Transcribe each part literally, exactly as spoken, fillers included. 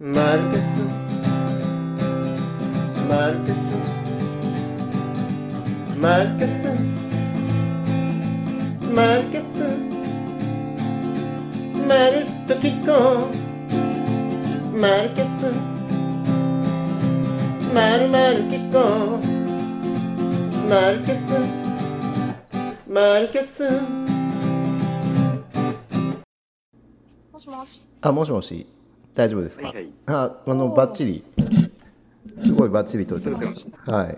マルケスマルケスマルケスマルケスまるっと聞こうマルケスまるまる聞こうマルケスマルケス。 もしもし。 あ、もしもし、大丈夫ですか？ はいはい、 あ、あのバッチリ、すごいバッチリ撮ってました。はい。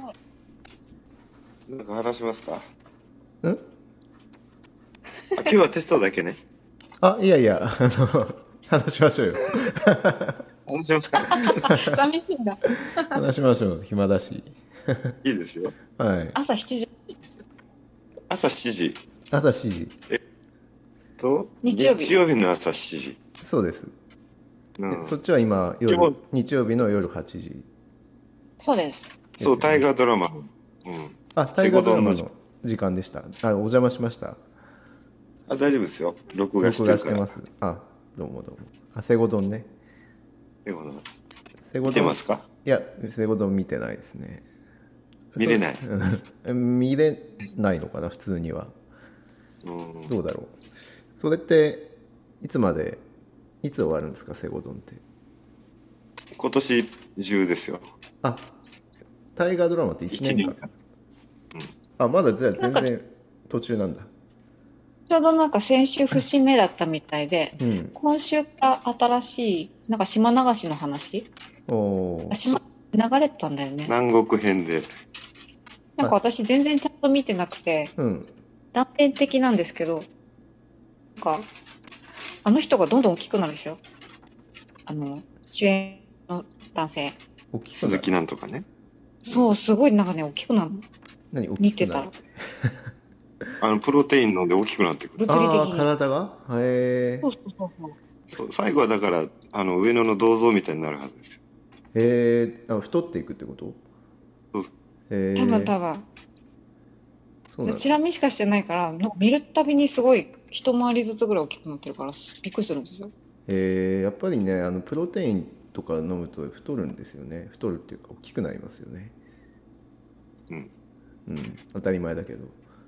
なんか話しますか？ ん？あ、 今日はテストだけね。 あ、いやいや、あの話しましょうよ。 話しますか？ 寂しいんだ。 話しましょう。暇だし。 いいですよ。 はい。 朝しちじですよ。 朝しちじ朝しちじ。 と日曜日日曜日の朝しちじ。 そうです。 うん、 そっちは今夜今日日曜日の夜はちじ。 そうです。 そう、大河ドラマの、うん、 あ、大河ドラマセゴの時間でした。あ、お邪魔しました。 あ、大丈夫ですよ。録画して録画るから。 してます。あ、どうもどうも。あ、セゴドンね。 セゴドンセゴドン見てますか？ いや、セゴドン見てないですね。 見れない。 そう見れないのかな、普通には。 うん、 どうだろう。それっていつまで、いつ終わるんですか、セゴドンって。 今年中ですよ。 あ、大河ドラマっていちねんかん。 いちねんかん。 あ、まだじゃあなんか全然途中なんだ。 ちょうどなんか先週節目だったみたいで、 うん。 今週から新しいなんか島流しの話、 おー。 あ島流れてたんだよね。 南国編で。 なんか私全然ちゃんと見てなくてうん。 断片的なんですけど、なんかあの人がどんどん大きくなるんですよ。あの主演の男性。 大きくな鈴る。 木なんとかね。 そう、すごいなんかね大きくなるの。 何大見てたらきくなるって。 あのプロテイン飲んで大きくなってくる。 物理的ああ、 に。 体がへえそうそうそうそう。 そう最後はだからあの上野の銅像みたいになるはずですよ。 へえ。あ、太っていくってことそうへえ。 多分多分。 そうなんですチラ見しかしてないから、なんか見るたびにすごい一回りずつぐらい大きくなってるからびっくりするんですよ。 えー、やっぱりね、あのプロテインとか飲むと太るんですよね。太るっていうか大きくなりますよね。 うん。 うん、当たり前だけど。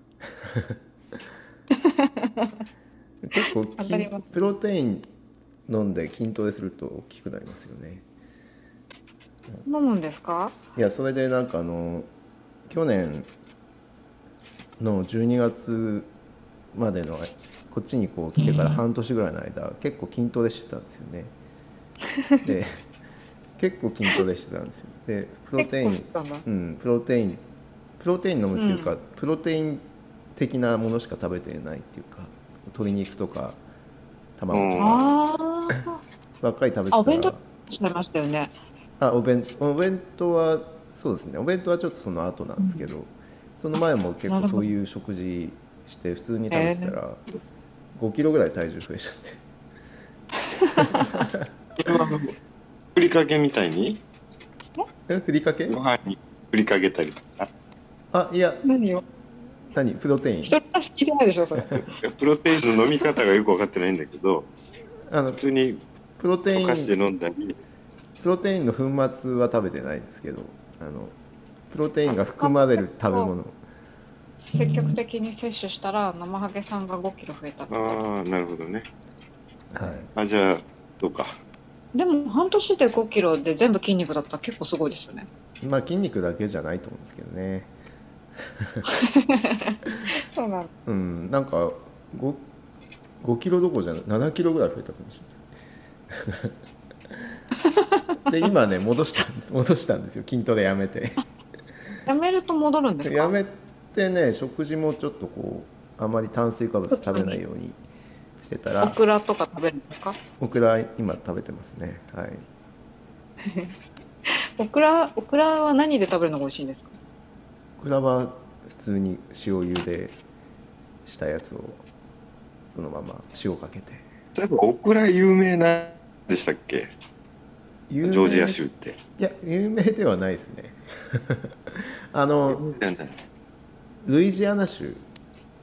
結構当たり前プロテイン飲んで筋トレすると大きくなりますよね。 飲むんですか？ いや、それでなんかあの去年のじゅうにがつまでのこっちにこう来てから半年ぐらいの間結構筋トレしてたんですよね。で結構筋トレしてたんですよ。でプロテイン、 結構してたんだ。 うん、プロテインプロテイン飲むっていうか、 うんプロテイン的なものしか食べてないっていうか、鶏肉とか卵とかあばっかり食べてあ、おたら、 弁当しましたよね。 あ、お弁お弁当はそうですね、お弁当はちょっとその後なんですけど、その前も結構そういう食事して普通に食べてたらごキロぐらい体重増えちゃって。 これはふりかけみたいにえ、ふりかけ？ ご飯にふりかけたりとか。 あ、いや、 何を？ 何プロテイン一人暮らし聞いてないでしょそれ。 プロテインの飲み方がよく分かってないんだけど、 あの普通にプロテイン溶かして飲んだり。 プロテインの粉末は食べてないんですけど、あのプロテインが含まれる食べ物。 積極的に摂取したら生ハゲさんがごキロ増えたって書いてある。 ああ、なるほどね。 はい。 あ、じゃあどうか。 でも半年でごキロで全部筋肉だったら結構すごいですよね。 まあ筋肉だけじゃないと思うんですけどね。 そうなの。 うん、なんか 5, 5キロどころじゃないななキロぐらい増えたかもしれない。で今ね戻した戻したんですよ、筋トレやめて。 やめると戻るんですか？ やめてね、食事もちょっとこうあまり炭水化物食べないようにしてたオら、 クラとか食べるんですか？ オクラ今食べてますね。はい。 オクラオクラは何で食べるのが美味しいんですか？ オクラは普通に塩茹でしたやつをそのまま塩かけて。 例えばオクラ有名なんでしたっけ？ 有名ジョージア州って。 いや有名ではないですね。あの有名じゃない。 ルイジアナ州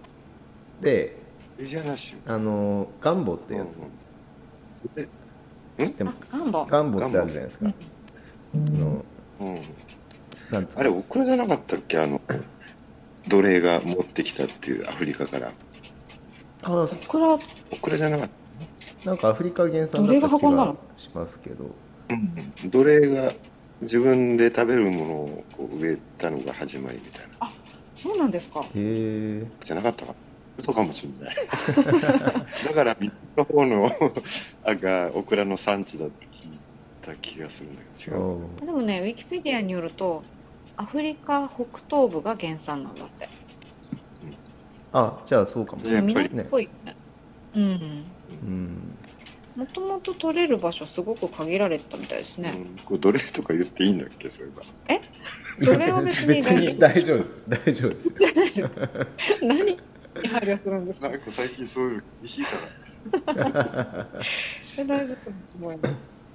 でルイジアナ州。 あのガンボってやつ、 うんうんで知ってもあガンボガンボってあるじゃないですか、のうん。 なんつうのあれ、オクラじゃなかったっけ、あの、奴隷が持ってきたっていう、アフリカから。 あこれはオクラじゃなかっなんかアフリカ原産だった気がしますけど、 た。うん。奴隷が自分で食べるものをこう植えたのが始まりみたいな。 そうなんですか。 へえ。 じゃなかったかな。そうかもしれない。だから、南の方のあがオクラの産地だって聞いた気がするんだけど、違う。 でもね、ウィキペディアによると、アフリカ北東部が原産なんだって。 あ、じゃあそうかもしれないやっぱり南っぽいね。うん。 うんもともと取れる場所すごく限られてたみたいですね。 うん、これ奴隷とか言っていいんだっけ、そういえば。 それは別に別に大丈夫です大丈夫です何に配慮するんですか。 なんか最近そういうの厳しいから。 え大丈夫だと思います。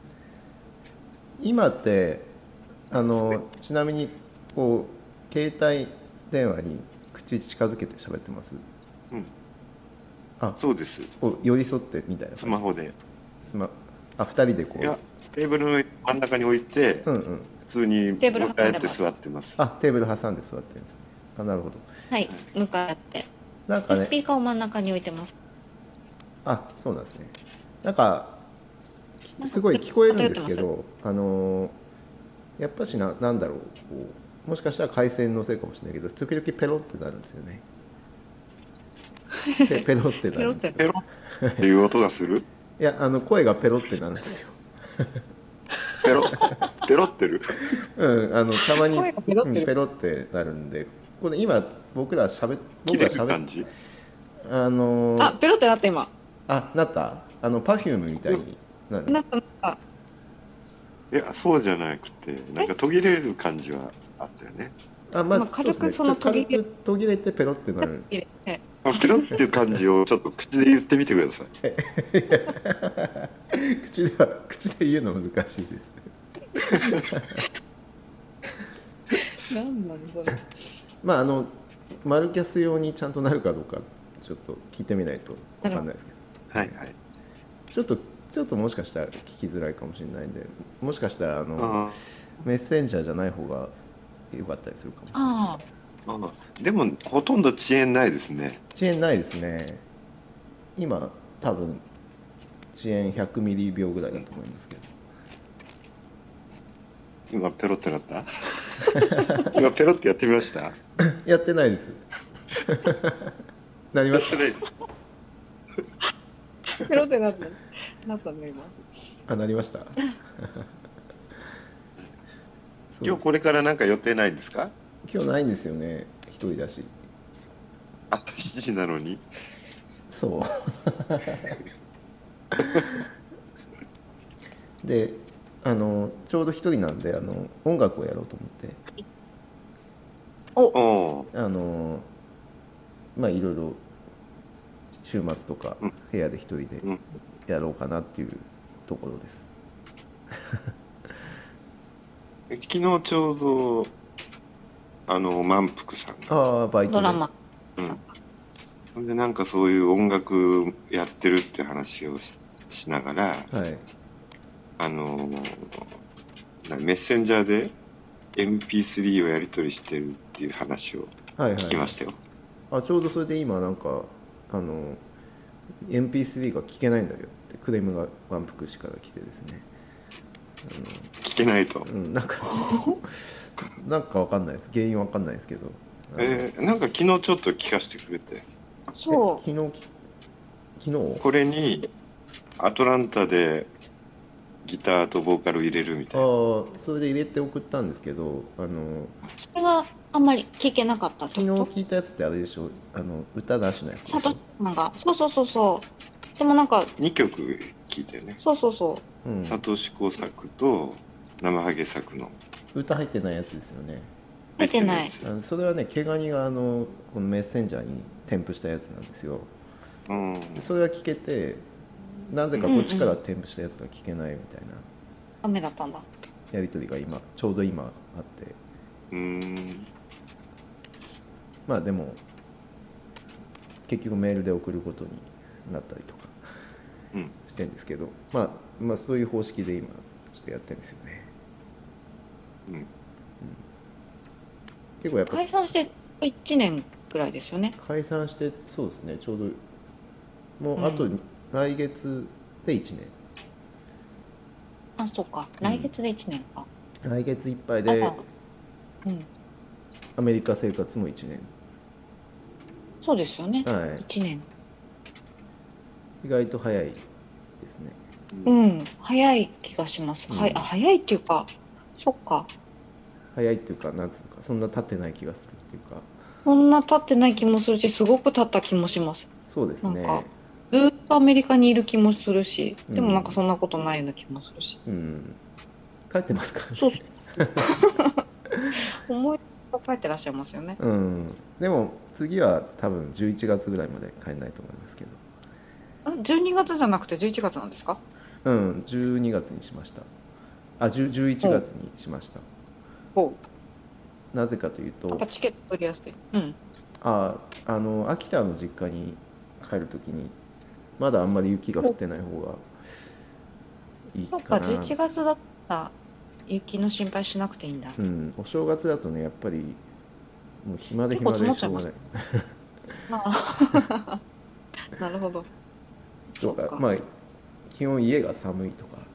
今ってあのちなみにこう携帯電話に口近づけて喋ってます？ うん。 あ、 そうです。 こう寄り添ってみたいな感じ。 スマホで。 スマあ、ふたりでこう。 いや、テーブルの真ん中に置いて、 うんうん。 普通にテーブル挟んでます向かって座ってます。 あ、テーブル挟んで座ってるんですね。あ、なるほど。 はい、向かって。 なんかね、 でスピーカーを真ん中に置いてます。 あ、そうなんですね。なんかすごい聞こえるんですけど、あのやっぱしな、なんだろう、こうもしかしたら回線のせいかもしれないけど、時々ペロってなるんですよね。ペペロってなるんですよ。 ペロっていう音がする。 いや、あの声がペロってなるんですよ。 ペロペロってる。 うん、あのたまに声がペロってるうんペロってなるんで、これ今僕らしゃべ切れる僕がしゃべ感じ。 あのあ、ペロってなった今。 あ、なったあの Perfume みたいになる。 なんかなんかいや、そうじゃなくて、なんか途切れる感じはあったよね。 あ、まあ、 まあ軽くそうですね、 そのちょっと途切れ軽く途切れてペロってなる。 入れて。 あ、ペロっていう感じをちょっと口で言ってみてください。 口では口で言うの難しいです。 なんなのそれ。 まああのマルキャス用にちゃんとなるかどうかちょっと聞いてみないと分かんないですけど、 はいはい。 ちょっとちょっともしかしたら聞きづらいかもしれないんで、もしかしたらあのあメッセンジャーじゃない方が良かったりするかもしれない。 ああ、でもほとんど遅延ないですね。 遅延ないですね。今多分遅延ひゃくミリ秒ぐらいだと思いますけど。 今ペロってなった今ペロってやってみました。 やってないです。なりました。 やってないです。 あ、ペロってなったなったね今。 あ、なりました。そう今日これからなんか予定ないんですか。 今日ないんですよね。一人だし。 朝しちじなのに。 そうで、あのちょうど一人なんで、あの音楽をやろうと思って、 おお。 あのまあいろいろ週末とかうん部屋で一人でうん。 やろうかなっていうところです。 昨日ちょうどあの満腹さんが、 ああ、バイトで。 ドラマ。 うんほんでなんかそういう音楽やってるって話を し, しながらはい。 あのなメッセンジャーで エムピースリー をやり取りしてるっていう話をはいはい。 聞きましたよ。 あ、ちょうどそれで今なんかあの エムピースリー が聞けないんだけどってクレームが満腹氏から来てですね。 聞けないと。 うん、なんかなんかわかんないです。原因わかんないですけど。あのえーなんか昨日ちょっと聞かせてくれて、 そえ昨日き昨日これにアトランタでギターとボーカル入れるみたいな。 ああ、それで入れて送ったんですけど、あのう。それがあんまり聞けなかったって昨日こと。 聞いたやつってあれでしょ、あの歌なしのやつでしょ。 佐藤さんが、そうそうそうそう。でもなんか、 にきょく聞いたよね。 そうそうそう。 うん、 サトシ工作と生ハゲ作の歌入ってないやつですよね。 入ってない。 あのそれはね、毛ガニがあのこのメッセンジャーに添付したやつなんですよ。 うん。 それが聞けて、なぜかこっちから添付したやつが聞けないみたいなダメだったんだ。 やり取りが今ちょうど今あって、 うーん。 まあでも結局メールで送ることになったりとかううんしてるんですけど、まあ、まあそういう方式で今ちょっとやってるんですよね。 うん結構やっぱ解散していちねんぐらいですよね。 解散してそうですね、ちょうどもううあとん。 来月でいちねん、 あ、そうか。 うん来月でいちねんか。 来月いっぱいあ、じゃであ、うん。 アメリカ生活もいちねん。 そうですよね。 はいちねん。 い、意外と早いですね。 ううんん。早い気がします。はい。あ、 うん、 早いっていうか、そっか。 早いっていうか、なんつうか、そんな経ってない気がするっていうか。 そんな経ってない気もするし、すごく経った気もします。 そうですなんか、 ね。 ずーっとアメリカにいる気もするし、 うでもなんかん、 そんなことないような気もするし。 うん、帰ってますからそうね。 思いが書いてらっしゃいますよね。 うん、でも次は多分じゅういちがつぐらいまで帰んないと思いますけど。 あ、じゅうにがつじゃなくてじゅういちがつなんですか？ うん、じゅうにがつにしました。あ、じゅう 11 ほう。 月にしました。 ほう。 なぜかというやっぱと、 チケット取りやすい。うん。 あ、あの秋田の実家に帰るときにまだあんまり雪が降ってない方がいいそっか、11 かな。 月だったら雪の心配しなくていいんだ。 うん、お正月だとね、やっぱりもう暇で結構暇積もっちゃいます。 でしょうがない。 ああ、なるほど。 とそうか。 かまあ基本家が寒いとか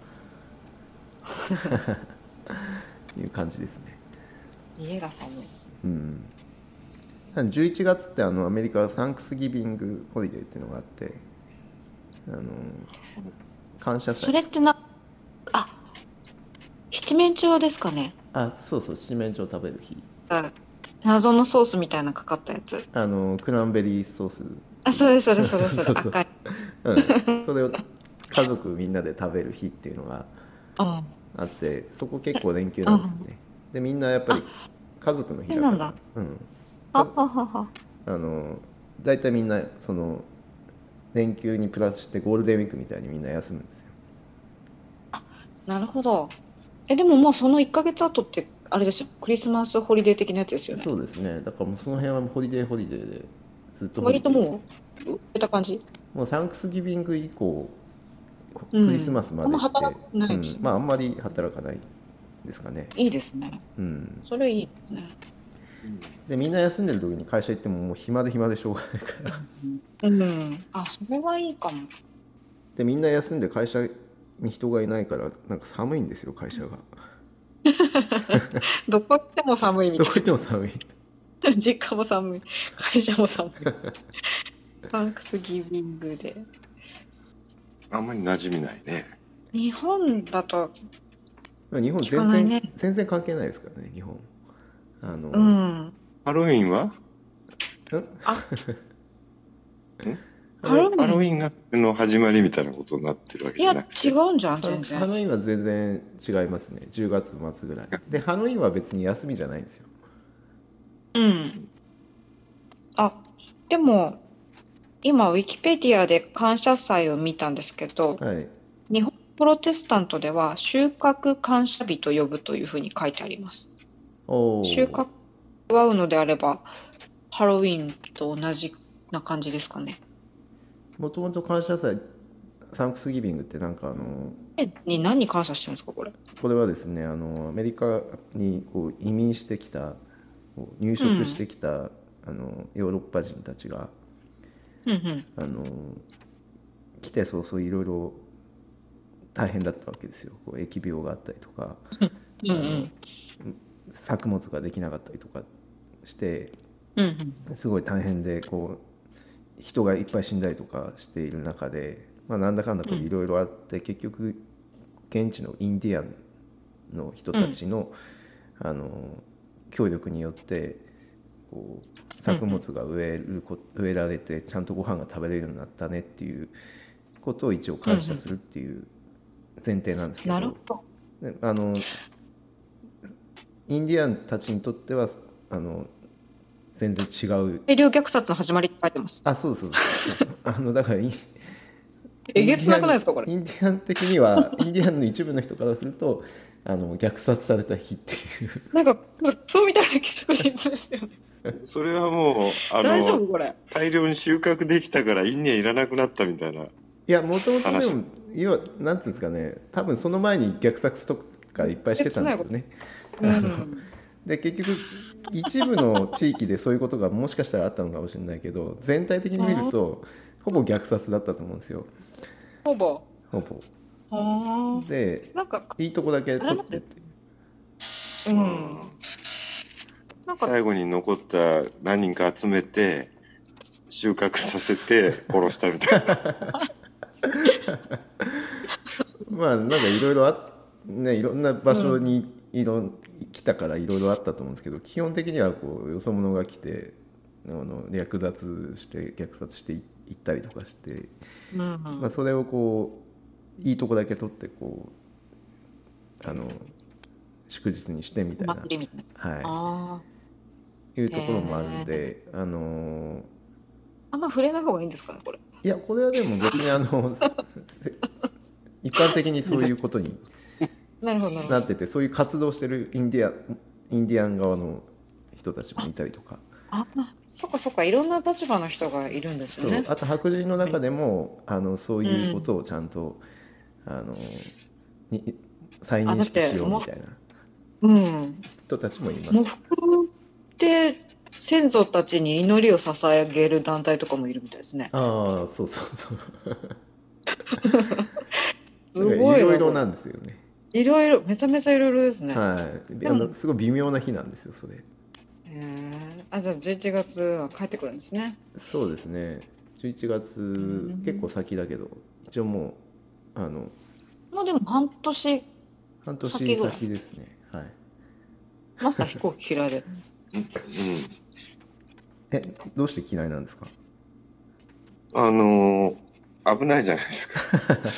いう感じですね。 家が寒い。 うん、じゅういちがつってあのアメリカはサンクスギビングホリデーっていうのがあって、あの感謝祭です。 それってな、あ、七面鳥ですかね。 あ、そうそう、七面鳥食べる日。 うん謎のソースみたいなかかったやつ。 あのクランベリーソース。 あ、それそれそそうれそれ、 そうそう、 赤い。 うん、それを家族みんなで食べる日っていうのがうん。 あって、そこ結構連休うん。 なんですよね。でみんなやっぱりあ、 家族の日だから、 そうなんだ。 うん、 あ、 かははは。 あの大体みんなその連休にプラスしてゴールデンウィークみたいにみんな休むんですよ。 なるほど。え、でももうそのいっかげつごって、あれですよ。クリスマスホリデー的なやつですよね。 そうですね、だからもうその辺はホリデーホリデーでずっとホリデー。 割ともう、売れた感じ。 もうサンクスギビング以降うクリスマん。あんまスまでって、 働くなういですん、まああんまり働かないですかね。 いいですね。 うん、 それいいですね。 でみんな休んでる時に会社行ってももう暇で暇でしょうがないからうん。うん。あ、それはいいかも。 でみんな休んで会社に人がいないからなんか寒いんですよ、会社が。 どこ行っても寒いみたいどこ行っても寒い。 な。実家も寒い。会社も寒い。サンクスギビングで。 あんまり馴染みないね。 日本だと日本聞か全然ないね。 全然関係ないですからね、日本。あの、 うんん。 ハロウィンはあ、 んハロウィン。 ハロウィンがの始まりみたいなことになってるわけいや、 じゃなく違て。 うんじゃん、 ハ全然。 ハロウィンは全然違いますね。じゅうがつ末ぐらいで、ハロウィンは別に休みじゃないんですよ。 うん。あ、でも、今、ウィキペディアで感謝祭を見たんですけど、 はい。 日本プロテスタントでは収穫感謝日と呼ぶというふうに書いてあります。 おお。 収穫を祝うのであれば、ハロウィンと同じな感じですかね。 もともと感謝祭、サンクスギビングってなんかあのえ、に何に感謝してるんですか、これ。 これはですね、あのアメリカにこう移民してきた、こう入植してきた、あのヨーロッパ人たちがうんうんあの来て早々いろいろ大変だったわけですよ。こう疫病があったりとか、 うんうん作物ができなかったりとかしてうんうんすごい大変で、こう人がいっぱい死んだりとかしている中で、まあ、なんだかんだいろいろあって、結局現地のインディアンの人たちの、あの協力によってこう作物が植えるこ植えられてちゃんとご飯が食べれるようになったねっていうことを一応感謝するっていう前提なんですけど、 なるほど。 であのインディアンたちにとってはあの全然違う。 大量虐殺の始まりって書いてます。 あ、そうそうそうそうあのだからインえげつなくないですか、これ。 インディアン的にはインディアンの一部の人からするとあの虐殺された日っていうなんか、クソみたいな祝日ですよね。 それはもうあ大丈夫のこれ。 大量に収穫できたからインニャいらなくなったみたいな。 いいやもともとで話も要はなんていうんですかね、多分その前に虐殺とかいっぱいしてたんですよね。 うんで結局一部の地域でそういうことがもしかしたらあったのかもしれないけど、全体的に見るとほぼ虐殺だったと思うんですよ、 ほぼ。 ほぼ。 はであ。なんか、 いいとこだけ取ってっていう。 うん。なんか、 最後に残った何人か集めて収穫させて殺したみたいな。 まあなんかいろいろあね、いろんな場所にいろ来たからいろいろあったと思うんですけど、基本的にはこうよそ者が来てあの略奪して虐殺していいったりとかして、 うんまあ、それをこういいとこだけ取ってこうあの祝日にしてみたいな、 祭りみたいな。 はあい、いうところもあるんで、あのあ。あんま触れない方がいいんですかね、これ。 いやこれはでも別にあの一般的にそういうことになるほど、なるほど。 なってて、そういう活動してるインディアンインディアン側の人たちもいたりとか、 あ、そっかそっか、いろんな立場の人がいるんですそうよね。 あと白人の中でもあのそういうことをちゃんと、あのに再認識しようみたいなうん。 人たちもいます。 喪服って先祖たちに祈りを捧げる団体とかもいるみたいですね。 ああそうそうそうすごいないろいろなんですよね。 いろいろ、めちゃめちゃいろいろですね。 はい、あのすごい微妙な日なんですよそれ。 へえ。あ、じゃあじゅういちがつは帰ってくるんですね。 そうですね、じゅういちがつん結構先だけど一応もうあのもうでも半年、 半年先ぐらい先ですね。はい。 マスター飛行機嫌いで。 うんえどうして嫌いなんですか？ あのー危ないじゃないですか。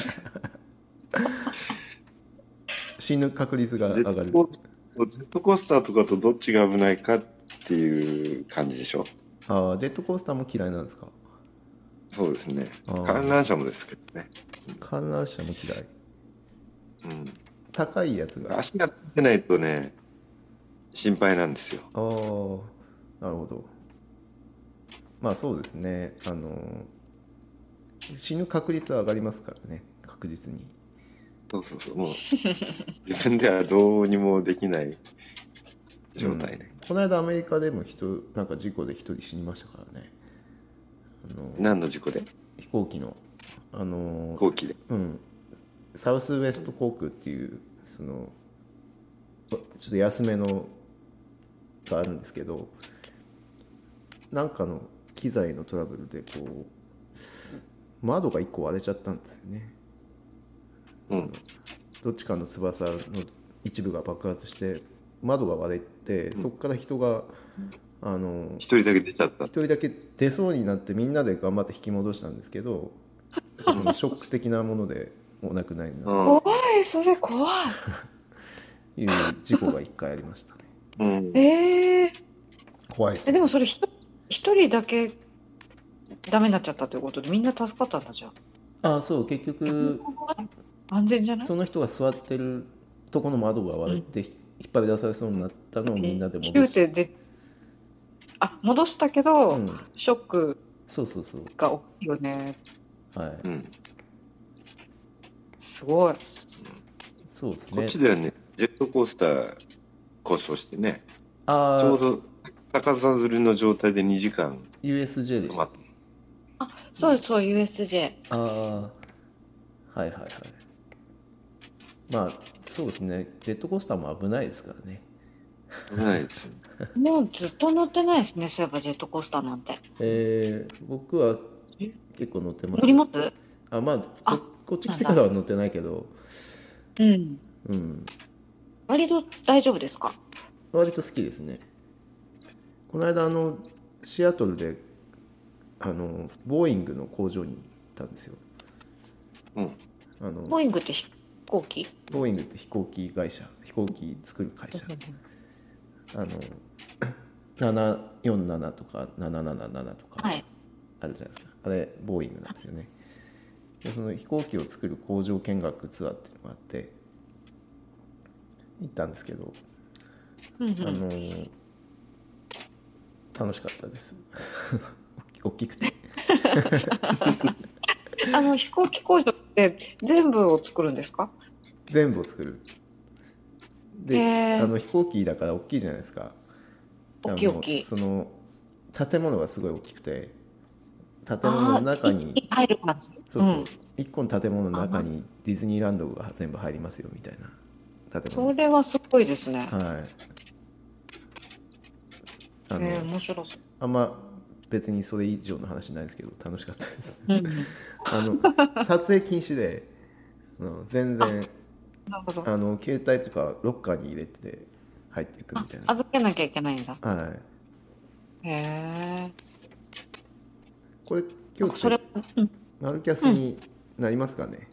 死ぬ確率がジ上がる。 ェットコージェットコースターとかとどっちが危ないかっていう感じでしょ。 ああジェットコースターも嫌いなんですか？ そうですね。 あー観覧車もですけどね。 観覧車も嫌い。 うん、 高いやつが。あ足がついてないとね、心配なんですよ。 あなるほど。まあそうですね、あの死ぬ確率は上がりますからね、確実に。 そうそうそう。もう自分ではどうにもできない状態ね。 この間アメリカでも人なんか事故で一人死にましたからね。あの何の事故で？ 飛行機のあの飛行機で。 うんサウスウエスト航空っていうそのちょっと安めのがあるんですけど、なんかの機材のトラブルでこう窓がいっこ割れちゃったんですよね。 うん。 どっちかの翼の一部が爆発して窓が割れて、そこから人があの一人だけ出ちゃった一。人だけ出そうになってみんなで頑張って引き戻したんですけど、そのショック的なものでお亡くなりになうん怖い、それ怖い。 るという事故がいっかいありましたね。 うん。 ええ。 怖いですえ、でもそれひと一人だけダメになっちゃったということでみんな助かったんだじゃああそう結あ。 局安全じゃない？ その人が座ってるとこの窓が割れて、引っ張り出されそうになったのをみんなでキュ戻して、 ーってで、あ、戻したけど、 うん、 ショックそうそうそう、 が大きいよね。 はい、 うん。 すごい。 そうですこっね。 ちではね、ジェットコースター故障してね、 ああちょうど逆さづりの状態でにじかんユーエスジェー でしたっけ？ あ、そうそう、ユーエスジェー。 ああはいはいはい。まあそうですね、ジェットコースターも危ないですからね。 危ないですよ。 もうずっと乗ってないですね、そういえばジェットコースターなんて。 えー、僕は結構乗ってます。 乗ります？ あまあこあこっち来てからは乗ってないけど、 うん。 うん、 割と大丈夫ですか？ 割と好きですね。この間あのシアトルであのボーイングの工場に行ったんですよ。 うん。 あのボーイングって飛行機？ ボーイングって飛行機会社、飛行機作る会社、あのななよんななとかなななななとかはい。 あるじゃないですか。あれボーイングなんですよね。でその飛行機を作る工場見学ツアーっていうのがあって行ったんですけど、 うんうん、 あの楽しかったです。大きくてあの飛行機工場って全部を作るんですか？ 全部を作る。で、 へーあの飛行機だから大きいじゃないですか。 大きいあの大きい。 その建物がすごい大きくて、建物のああ、一中に、 気に入る感じ。 そうそう、 ん。 一個の建物の中あ、 にディズニーランドが全部入りますよみたいな建物。 それはすごいですね。 はい。あへえ、 の面白そう。 あんま別にそれ以上の話ないですけど楽しかったです。 うん。 あの撮影禁止で、うん、全あ、 然なるほど。 あの携帯とかロッカーに入れて入っていくみあ、 たい預けなきゃいけないんだ。 な。はい。 へえ。 これなんかそれ、 今日ってうん、 マルキャスうん。 になりますかね。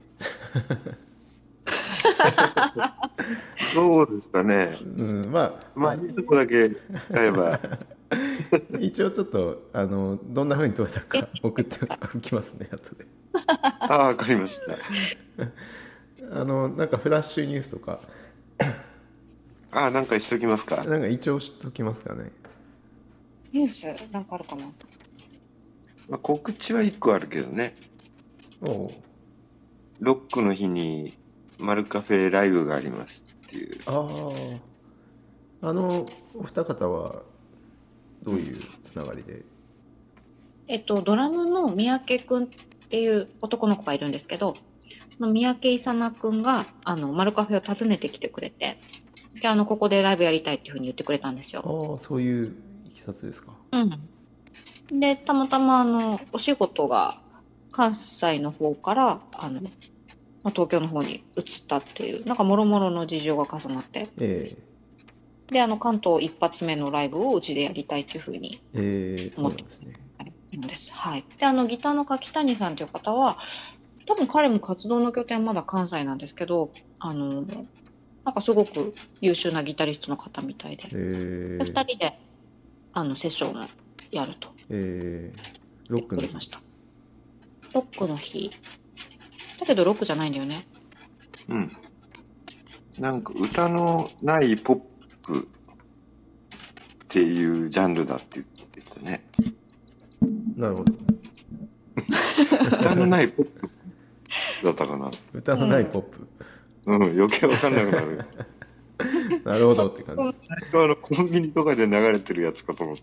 そうですかね。 うん、ままあ、いいとこだけ使えば。 あ一応ちょっとあのどんな風に撮れたえ、 か送っておきますね後で。 ああ、わかりました。 あのなんかフラッシュニュースとかああ、なんかしときますか。 なんか一応しときますかね。 ニュースなんかあるかな。 まあ、告知はいっこあるけどね。 おう。 ロックの日にマルカフェライブがありますっていう。 ああ、あのお二方はどういうつながりで。 えっと、ドラムの三宅くんっていう男の子がいるんですけど、その三宅勇くんが、あの、マルカフェを訪ねてきてくれて、で、あの、ここでライブやりたいっていうふうに言ってくれたんですよ。 ああ、そういういきさつですか。 うん。で、たまたま、あの、お仕事が関西の方から、あの、まあ東京の方に移ったっていう、なんかもろもろの事情が重なって、 えで、あの、関東一発目のライブをうちでやりたいっていうふうにえええ、そ思ってうなんですね。 るんです。はい。で、あの、ギターの柿谷さんという方は、多分彼も活動の拠点はまだ関西なんですけど、あの、なんかすごく優秀なギタリストの方みたいで、でえ二人で、あの、セッションをやるとえええ、ロ言ってックの日。 くれました。ロックの日。だけどロックじゃないんだよね。 うん。なんか歌のないポップっていうジャンルだって言ってたね。 なるほど。 歌のないポップだったかな。 歌のないポップ。 うん、余計わかんなくなる。 なるほどって感じです。 最初あのコンビニとかで流れてるやつかと思った。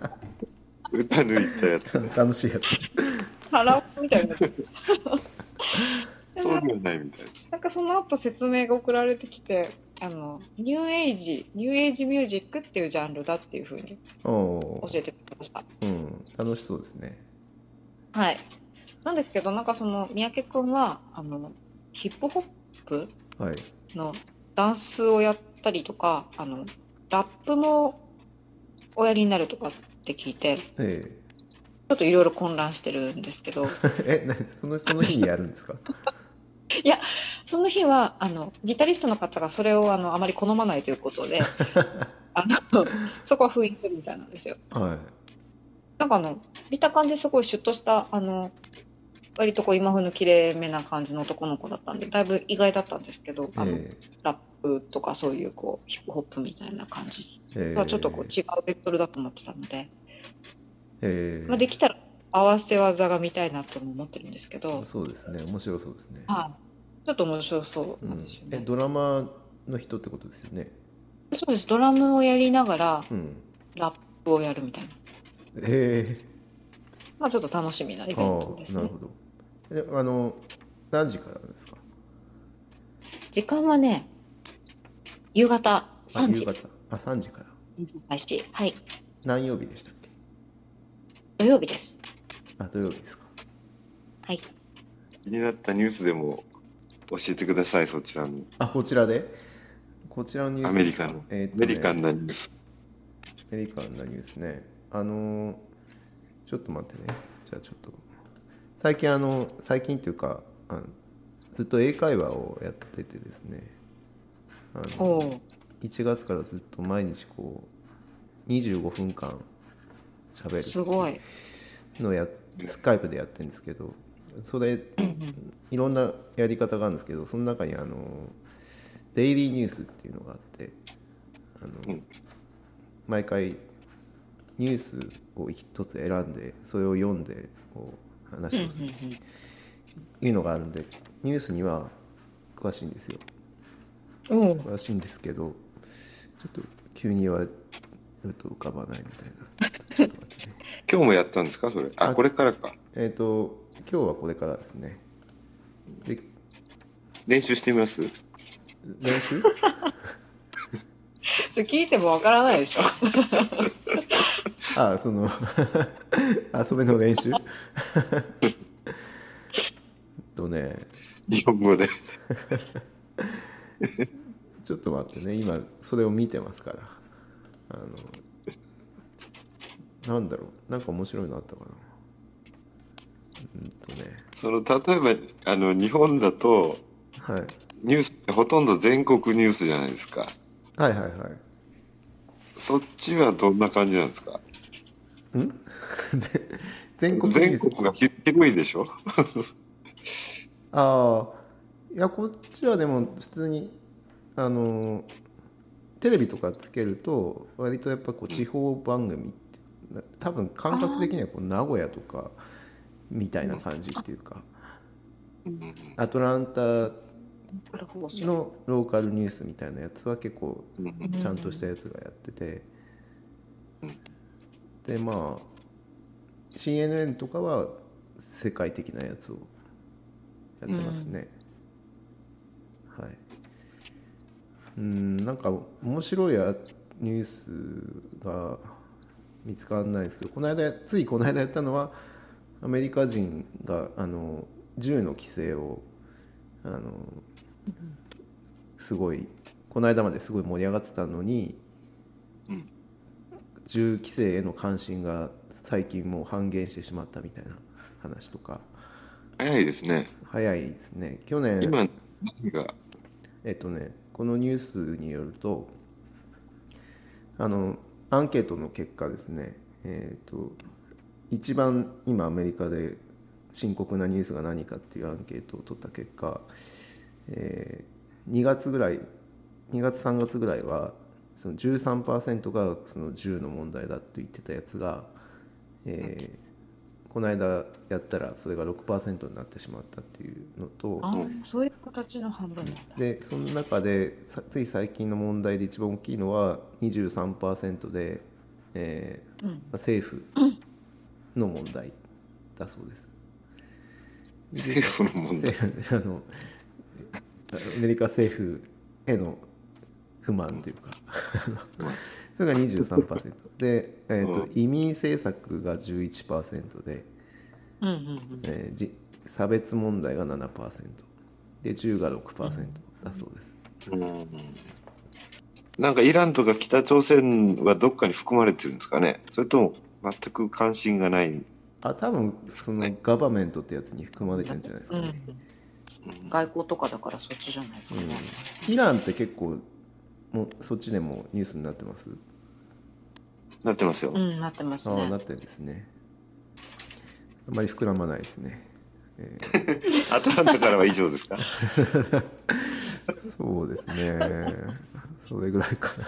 歌抜いたやつ。 楽しいやつ。 カラオケみたいになってる。 そうではないみたいな。 なんかその後説明が送られてきて、あの、ニューエイジ、ニューエイジミュージックっていうジャンルだっていうふうにおお教えてくれました。 ー、うん、楽しそうですね。 はい。なんですけど、なんかその、三宅くんは、あの、ヒップホップはい。 のダンスをやったりとか、あの、ラップもおやりになるとかって聞いて、ちえょっといろいろ混乱してるんですけど、 ええ、なそのその日にやるんですか。 いや、その日は、あの、ギタリストの方がそれをあの、あまり好まないということで、あの、そこは封印するみたいなんですよ。 はなんかあの、見た感じすごいシュッとした、あの、割とこう今風の綺麗めな感じの男の子だったんで、だいぶ意外だったんですけど、 い。 あの、 えラップとかそういうこう、ヒップホップみたいな感じえはちょっとこうえ違うベクトルだと思ってたので、 えまあ、できたら合わせ技が見たいなとも思ってるんですけど、 そうですね。面白そうですね。 はい。ちょっと面白そううん。 なんですよえ、 ね。 ドラマの人ってことですよね。 そうです。ドラムをやりながらうん。 ラップをやるみたいな。 えまあちょっと楽しみなイえ、 ベンああ、 トですね。 なるほど。で、あの、何時からですか。 時間はね、夕方あ、 さんじ夕方。あ、さんじから。 開始。はい。 何曜日でしたっけ。 土曜日です。 あ、土曜日ですか。 はい。 気になったニュースでも教えてください、そちらの。 あ、こちらで。こちらのニュースアメリカン、 えーっとねアメリカンなニュース。 アメリカンなニュースね。あのーちょっと待ってね。じゃあちょっと。最近あの、最近っていうか、あのずっと英会話をやっててですね。あのおお。 いちがつからずっと毎日こう、にじゅうごふんかん喋るすごい。 のをやスカイプでやってるんですけど、それ、いろんなやり方があるんですけど、その中にあの、デイリーニュースっていうのがあって、あの、 うん毎回ニュースを一つ選んでそれを読んでこう話をする、いうのがあるんでニュースには詳しいんですよ。 うん詳しいんですけどちょっと急に言われると浮かばないみたいな。ちょっと待ってね。 今日もやったんですかそれ？あ、 あこれからか。 えっ、と今日はこれからですね。で練習してみます？ 練習それ聞いてもわからないでしょ。 あその遊びの練習とね日本語で。 ちょっと待ってね今それを見てますからあのなんだろうなんか面白いのあったかな。うんとねその例えばあの日本だとはいニュースってほとんど全国ニュースじゃないですか。 はいはいはいそっちはどんな感じなんですか？ ん全国ニュース全国が広いでしょ？ ああいやこっちはでも普通にあのテレビとかつけると割とやっぱこう地方番組っていう多分感覚的にはこう名古屋とかみたいな感じっていうかうんアトランタなるほど。 のローカルニュースみたいなやつは結構うんうんちゃんとしたやつがやっててうんでまあ シーエヌエヌ とかは世界的なやつをやってますね、はいうんなんか面白いやニュースが見つからないですけどこの間ついこの間やったのはアメリカ人があの銃の規制をあのすごいこの間まですごい盛り上がってたのに、 うん銃規制への関心が最近もう半減してしまったみたいな話とか早いですね。 早いですね去年今何がえっとねこのニュースによるとあのアンケートの結果ですねえっと一番今アメリカで深刻なニュースが何かっていうアンケートを取った結果、えー、にがつぐらいにがつさんがつぐらいはその じゅうさんパーセント がその銃の問題だと言ってたやつが、えー、この間やったらそれが ろくパーセント になってしまったっていうのとあそういう形の半分なんだ。 でその中でさつい最近の問題で一番大きいのは にじゅうさんパーセント で、えーうん政府の問題だそうです。 政府の問題。 政府あのアメリカ政府への不満というかそれが にじゅうさんパーセント で、えーとうん移民政策が じゅういちパーセント で、 うんうんうんえーじ差別問題が ななパーセント で銃が ろくパーセント だそうです。 うんなんかイランとか北朝鮮はどっかに含まれてるんですかね？それとも全く関心がない？ あ多分そのガバメントってやつに含まれてるんじゃないですかね、 うん、外交とかだからそっちじゃないですかね。 うん、イランって結構もうそっちでもニュースになってます？ なってますよ。 うん、なってますね。 ああなってるんですね。あんまり膨らまないですね、えアトランタからは以上ですか？ ーそうですねそれぐらいか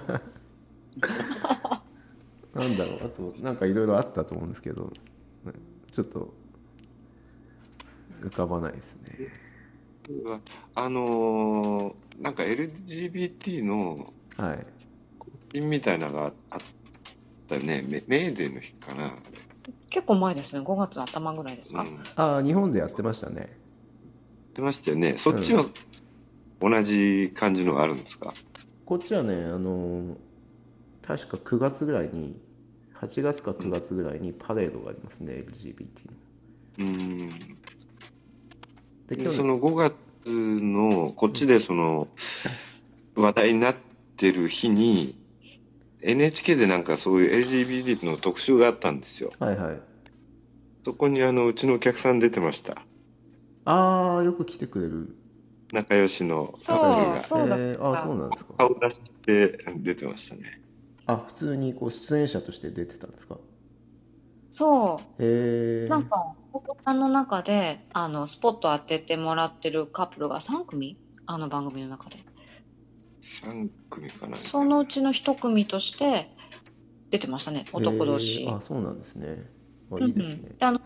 ななんだろうあとなんかいろいろあったと思うんですけどちょっと浮かばないですね。 あのーなんか エルジービーティー のはい国賓みたいなのがあったよね。メメーデーの日かな。 結構前ですね。ごがつ頭ぐらいですか。 うん、 ああ日本でやってましたね。 出ましたよね。そっちは同じ感じのがあるんですか？ こっちはねあの確かくがつぐらいにはちがつかくがつぐらいにパレードがありますね、エルジービーティー の。 うんででそのごがつのこっちでその話題になってる日に エヌエイチケー でなんかそういう エルジービーティー の特集があったんですよ。 はいはい。 そこにあのうちのお客さん出てました。 ああよく来てくれる仲良しのそう方がそうだったえー、ああそうなんですか。 顔出して出てましたね。 あ普通にこう出演者として出てたんですか。 そへえう。なんか、お子さんの中で、あの、スポット当ててもらってるカップルがさんくみあの番組の中で。 さん組かな。 そのうちのいち組として出てましたね。男同士。 あそうなんですね。あいいですね。 うんうん、であの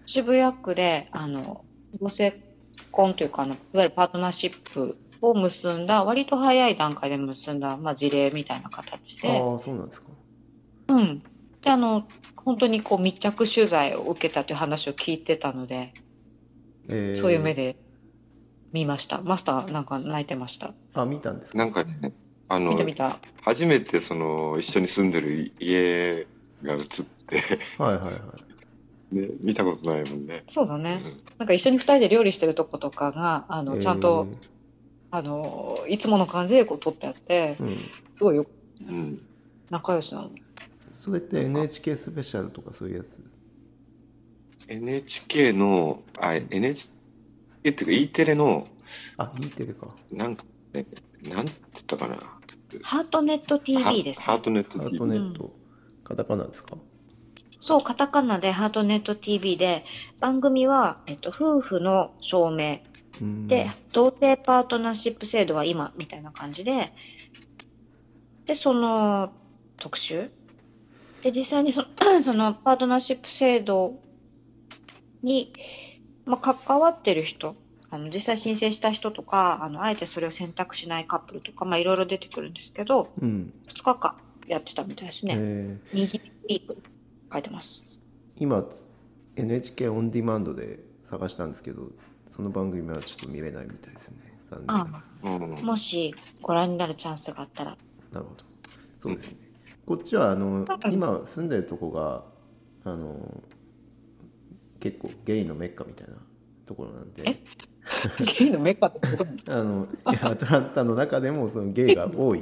渋谷区で、あの、同性婚というか、あの、いわゆるパートナーシップを結んだ、割と早い段階で結んだ、まあ、事例みたいな形で、 ああ、そうなんですか。 うん。で、あの、本当にこう密着取材を受けたという話を聞いてたので、 えそういう目ー、 で見ました。マスターなんか泣いてました。 あ、見たんですか。 なんかね、あの、 見た見た。 初めてその一緒に住んでる家が映ってはいはいはい。 ね、見たことないもんね。うそうだね。 ん。 なんか一緒に二人で料理してるとことかが、あの、 えちゃんと、 ー、 あの、いつもの感じでこう撮ってあって、 うん。 すごいよ、 うん。 仲良しなの。 それって エヌエイチケー スペシャルとかそういうやつ。 エヌエイチケー の、あ、エヌエイチケー っていうか E テレの、 あ、E テレか。 なんかね、なんて言ったかな。 ハートネット ティービー ですね。 ハートネットハーティービー。 トネット、カタカナですか。 そう、カタカナでハートネット ティービー で、番組は、えっと、夫婦の証明うーん。 で、同性パートナーシップ制度は今、みたいな感じで、で、その特集。で、実際にその、そのパートナーシップ制度に、まあ、関わってる人、あの、実際申請した人とか、あの、あえてそれを選択しないカップルとか、まあ、いろいろ出てくるんですけど、 うん。 ふつかかんやってたみたいですね。 えー、 にじウィーク書いてます。 今 エヌエイチケー オンディマンドで探したんですけど、その番組はちょっと見れないみたいですね。残念ながら。 あうん。 もしご覧になるチャンスがあったら。 なるほど。そうですね。こっちはあのなんか今住んでるとこがあの結構ゲイのメッカみたいなところなんで、 えゲイのメッカってことなんですか？ あのいやアトランタの中でもそのゲイが多い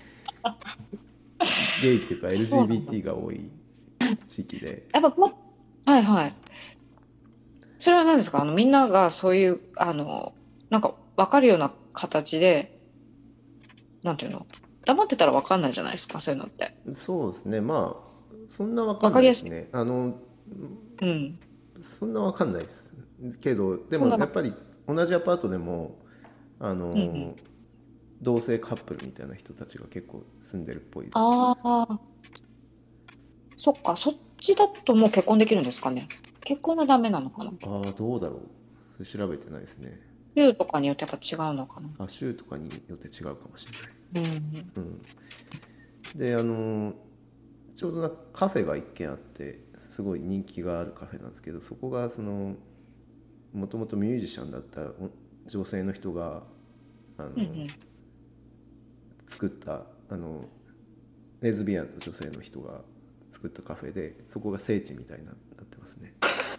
ゲイっていうか エルジービーティー が多い地域で、 やっぱもはいはい。それは何ですか？あのみんながそういうあのなんか分かるような形で、なんていうの、黙ってたら分かんないじゃないですか、そういうのって。 そうですね。まあそんなわかんないですね。あのうん。 そんなわかんないですけど、でそんなの。 もやっぱり同じアパートでもあの、 うんうん。 同性カップルみたいな人たちが結構住んでるっぽいです。 ああ、そっか、そっちだともう結婚できるんですかね。結婚はダメなのかな。 ああ、どうだろう。それ調べてないですね。 州とかによってやっぱ違うのかな。 あ、州とかによって違うかもしれない。 うん。 うん。で、あのちょうどなカフェが一軒あって、すごい人気があるカフェなんですけど、そこがそのもともとミュージシャンだった女性の人があの、 うんうん。 作ったあのレズビアンの女性の人が作ったカフェで、そこが聖地みたいになってますね。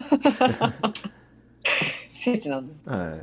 聖地なんだ。 はい。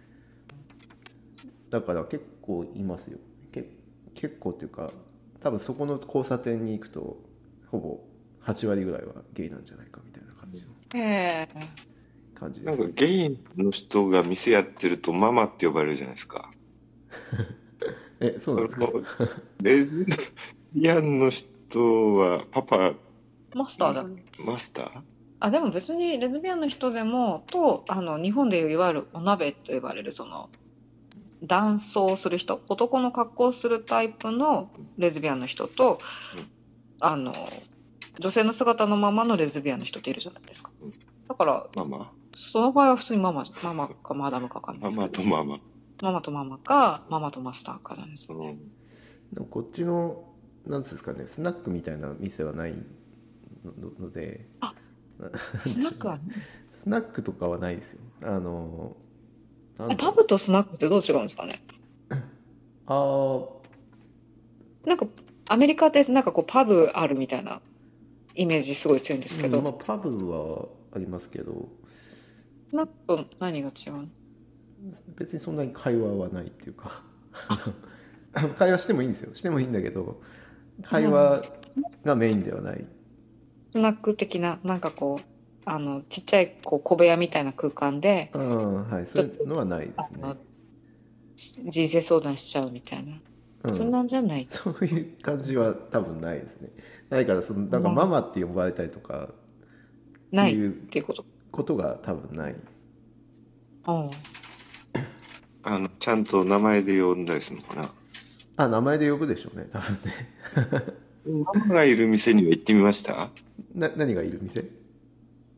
だから結構いますよ。け結構っていうか、多分そこの交差点に行くとほぼはち割ぐらいはゲイなんじゃないかみたいな感じのへえ。 感じなんかですね。 ゲイの人が店やってるとママって呼ばれるじゃないですか。 え、そうなんですか。 そのレズビアンの人はパパ、 マスターじゃん。 マスターあ、でも別にレズビアンの人でも、と、あの、日本でいういわゆるお鍋と呼ばれる、その、男装する人、男の格好をするタイプのレズビアンの人と、 うんあの、女性の姿のままのレズビアンの人っているじゃないですか。 うんだから、 ママその場合は普通にママ、ママかマダムかわかんないマですけど、 マとママ。 ママとママか、ママとマスターかじゃないですか。 うんでもこっちのなんですかね、スナックみたいな店はないので、 あ、 なスナックはね。 スナックとかはないですよ。あのなんえ、 だろう。 パブとスナックってどう違うんですかね。 あーなんか、アメリカってなんかこうパブあるみたいなイメージすごい強いんですけど、 うん、まあパブはありますけど、 スナックと何が違うの？ 別にそんなに会話はないっていうか会話してもいいんですよ。してもいいんだけど、会話がメインではない。 スナック的な、なんかこう、あの、ちっちゃいこう小部屋みたいな空間で、 ああ、はい、そういうのはないですね。 あの、人生相談しちゃうみたいな。そんうん、 なんじゃない。 そういう感じは多分ないですね。ないから、そのなんかママって呼ばれたりとかってないっいうていうこと。 ことが多分ない。 うん。 あの、ちゃんと名前で呼んだりするのかな。 あ、名前で呼ぶでしょうね、多分ね。 ママがいる店には行ってみました？ な何がいる店？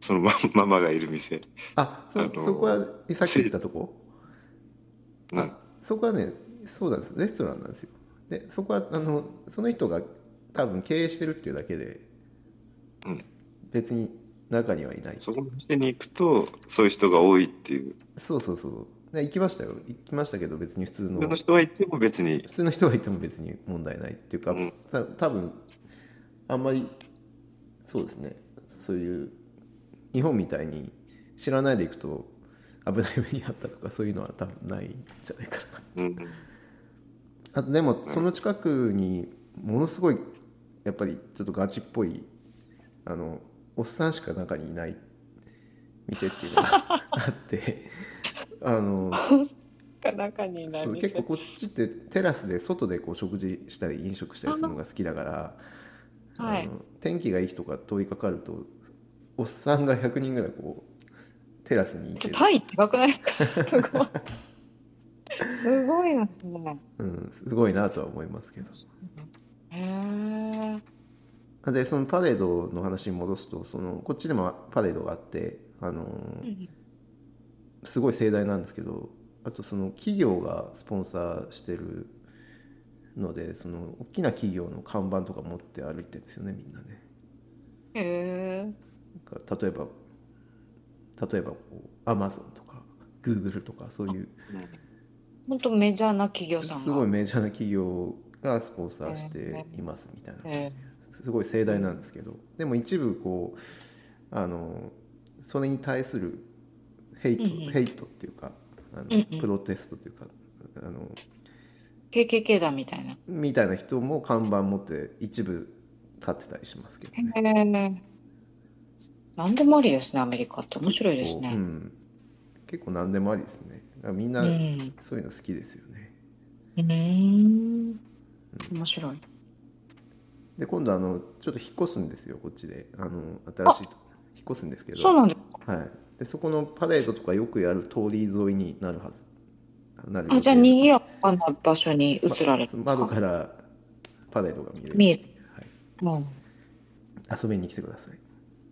そのマママがいる店。 あ、そあのそこはさっき言ったとこ、 うんあそこはね、そうなんです、レストランなんですよ。でそこはあのその人が多分経営してるっていうだけで、 うん、 別に中にはいないっていう。 そこの店に行くとそういう人が多いっていう。 そうそうそう。で行きましたよ、行きましたけど、別に普通の普通の人が行っても別に、 普通の人がいても別に問題ないっていうか、 うんた多分あんまり、そうですね、そういう日本みたいに知らないで行くと危ない目にあったとか、そういうのは多分ないんじゃないかな。 うんあとでもその近くにものすごいやっぱりちょっとガチっぽい、あのおっさんしか中にいない店っていうのがあってあのが中にいないそう店。 結構こっちってテラスで外でこう食事したり飲食したりするのが好きだから、 はいあの天気がいい日とか通りかかるとおっさんがひゃくにんぐらいこうテラスにいてる、 ちょ単位高くないですか？すごい。すごいな。 うん、すごいなとは思いますけど。 へえ。 でそのパレードの話に戻すと、そのこっちでもパレードがあって、あのうんすごい盛大なんですけど、あとその企業がスポンサーしてるので、その大きな企業の看板とか持って歩いてるんですよね、みんなね。 へえ。 なんか例えば例えばこうアマゾンとかグーグルとか、そういう本当メジャーな企業さんが。 すごいメジャーな企業がスポンサーしていますみたいな感じで、すごい盛大なんですけど、でも一部こうあのそれに対するヘイト、 うんうんヘイトっていうか、あの、 うんうんプロテストっていうか、あのケーケーケー だみたいな。 みたいな人も看板持って一部立ってたりしますけどね。 へえ。何でもありですね、アメリカって。面白いですこう、うね。 ん、結構何でもありですね。だからみんなうん。 そういうの好きですよね。 うーん。面白い。 で今度あのちょっと引っ越すんですよ、こっちで。あの新しいと引っ越すんですけど、 そうなんです。 はい、でそこのパレードとかよくやる通り沿いになるはずなる予あ、じゃあ、 定で、 賑やかな場所に移られるんです窓か？ からパレードが見れる、 見える。 はい、 うん。 遊びに来てください。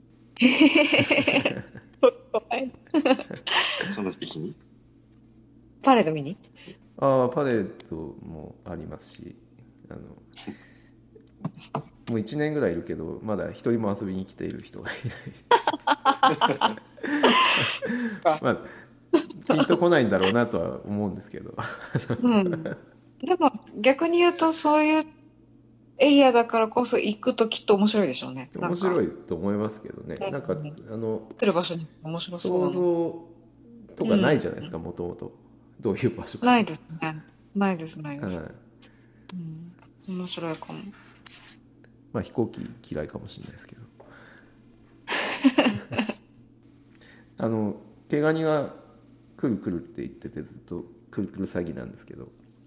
その時期に。 パレード見に？ ああ、パレードもありますし、あのもういちねんぐらいいるけどまだ一人も遊びに来ている人がいないまあピンとこないんだろうなとは思うんですけどうん。でも逆に言うとそういうエリアだからこそ行くときっと面白いでしょうね。 面白い。 いと思いますけどね。なんかあの来る場所に面白そう想だな。 像とかないじゃないですか、もともとどういう場所か。 ないですね。ないです、ないです。 はい、 うん。面白いかも。 まあ飛行機嫌いかもしれないですけどあの毛ガニが来る来るって言っててずっと来る来る詐欺なんですけど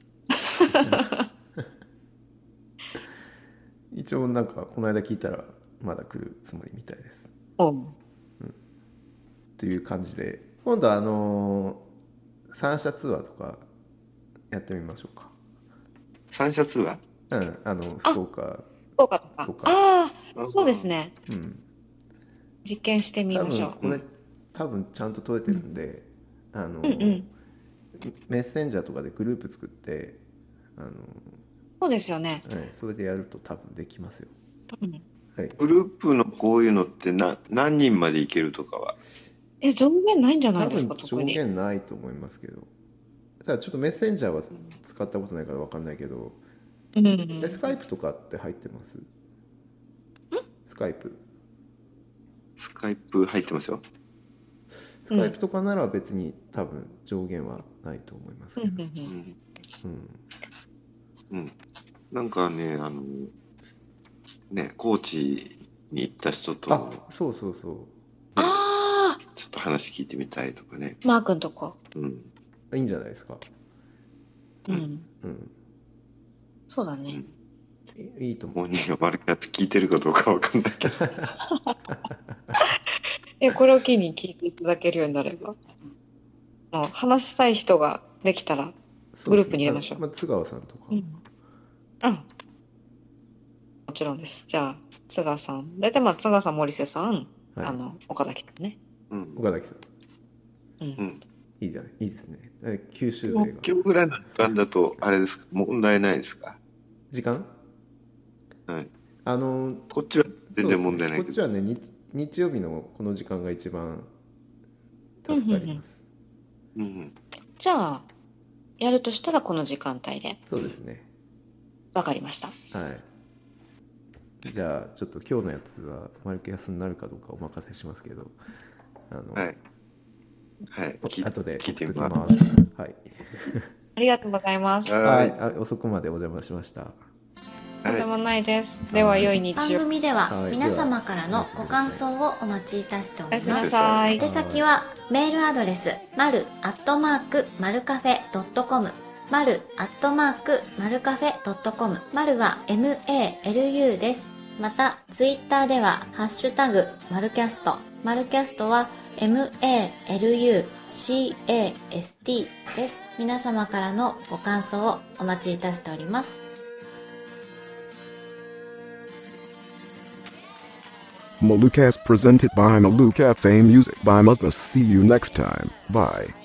一応なんかこの間聞いたらまだ来るつもりみたいです。 おう。 という感じで今度はあの三社ツアーとかやってみましょうか。 三社ツアー。 うん、あの福岡福岡とか。 とか、 ああ、そうですね。 うん、 実験してみ多ましょう。 分これ多分ちゃんと取れてるんで、あのうんうん。 メッセンジャーとかでグループ作ってあの、 そうですよね。 はい、それでやると多分できますよ。 うん。 はい、 グループのこういうのってな何人までいけるとかは。 え、上限ないんじゃない多ですか、 分特に。 上限ないと思いますけど、ただちょっとメッセンジャーは使ったことないから分かんないけど、 うん。 えスカイプとかって入ってます？スカイプスカイプ入ってますよ。 スカイプとかなら別に多分上限はないと思いますうんけど、 うんうん。 うんうん、 うん。なんかね、あのね、高知に行った人とあ、そうそうそう、 ああ、 ちょっと話聞いてみたいとかね。 マー君とこ。 うん。 いいんじゃないですか。 ううんん。 うん、 そうだね。 いいいと思う。 本人が悪いやつ聞いてるかどうかわかんないけど。 え、これを機に聞いていただけるようになれば。あの話したい人ができたら。グループに入れましょうそうですね、あまあ、津川さんとか、 うん。うん。もちろんです。じゃあ、津川さん。大体まあ、津川さん、森瀬さん、 はい、 あの岡崎さんね。 うん。 岡崎さん。 うん。 うん。 いいじゃない、いいですね。九州勢が。 今日ぐらいの時間だと、あれですか、問題ないですか？ 時間？ はい。 あの、 こっちは全然問題ないけど。 こっちはね、日、日曜日のこの時間が一番助かります。 うんうんうん、 じゃあ、やるとしたらこの時間帯で。 そうですね。 わかりました。 はい。じゃあ、ちょっと今日のやつは丸木安になるかどうかお任せしますけど、あの、 はい。はい。 後で聞いてみます。はい。 ありがとうございます。 はい。あ、遅くまでお邪魔しました。 とんでもないです。では、良い日曜。 番組では皆様からのご感想をお待ちいたしております。宛先はメールアドレスマルアットマークマルカフェドットコム、マルアットマークマルカフェドットコム、マルは エムエーエルユー です。またツイッターではハッシュタグマルキャスト、マルキャストは エムエーエルユーシーエーエスティー です。皆様からのご感想をお待ちいたしております。 Malucast presented by Malucafe Music by Musmus. See you next time. Bye.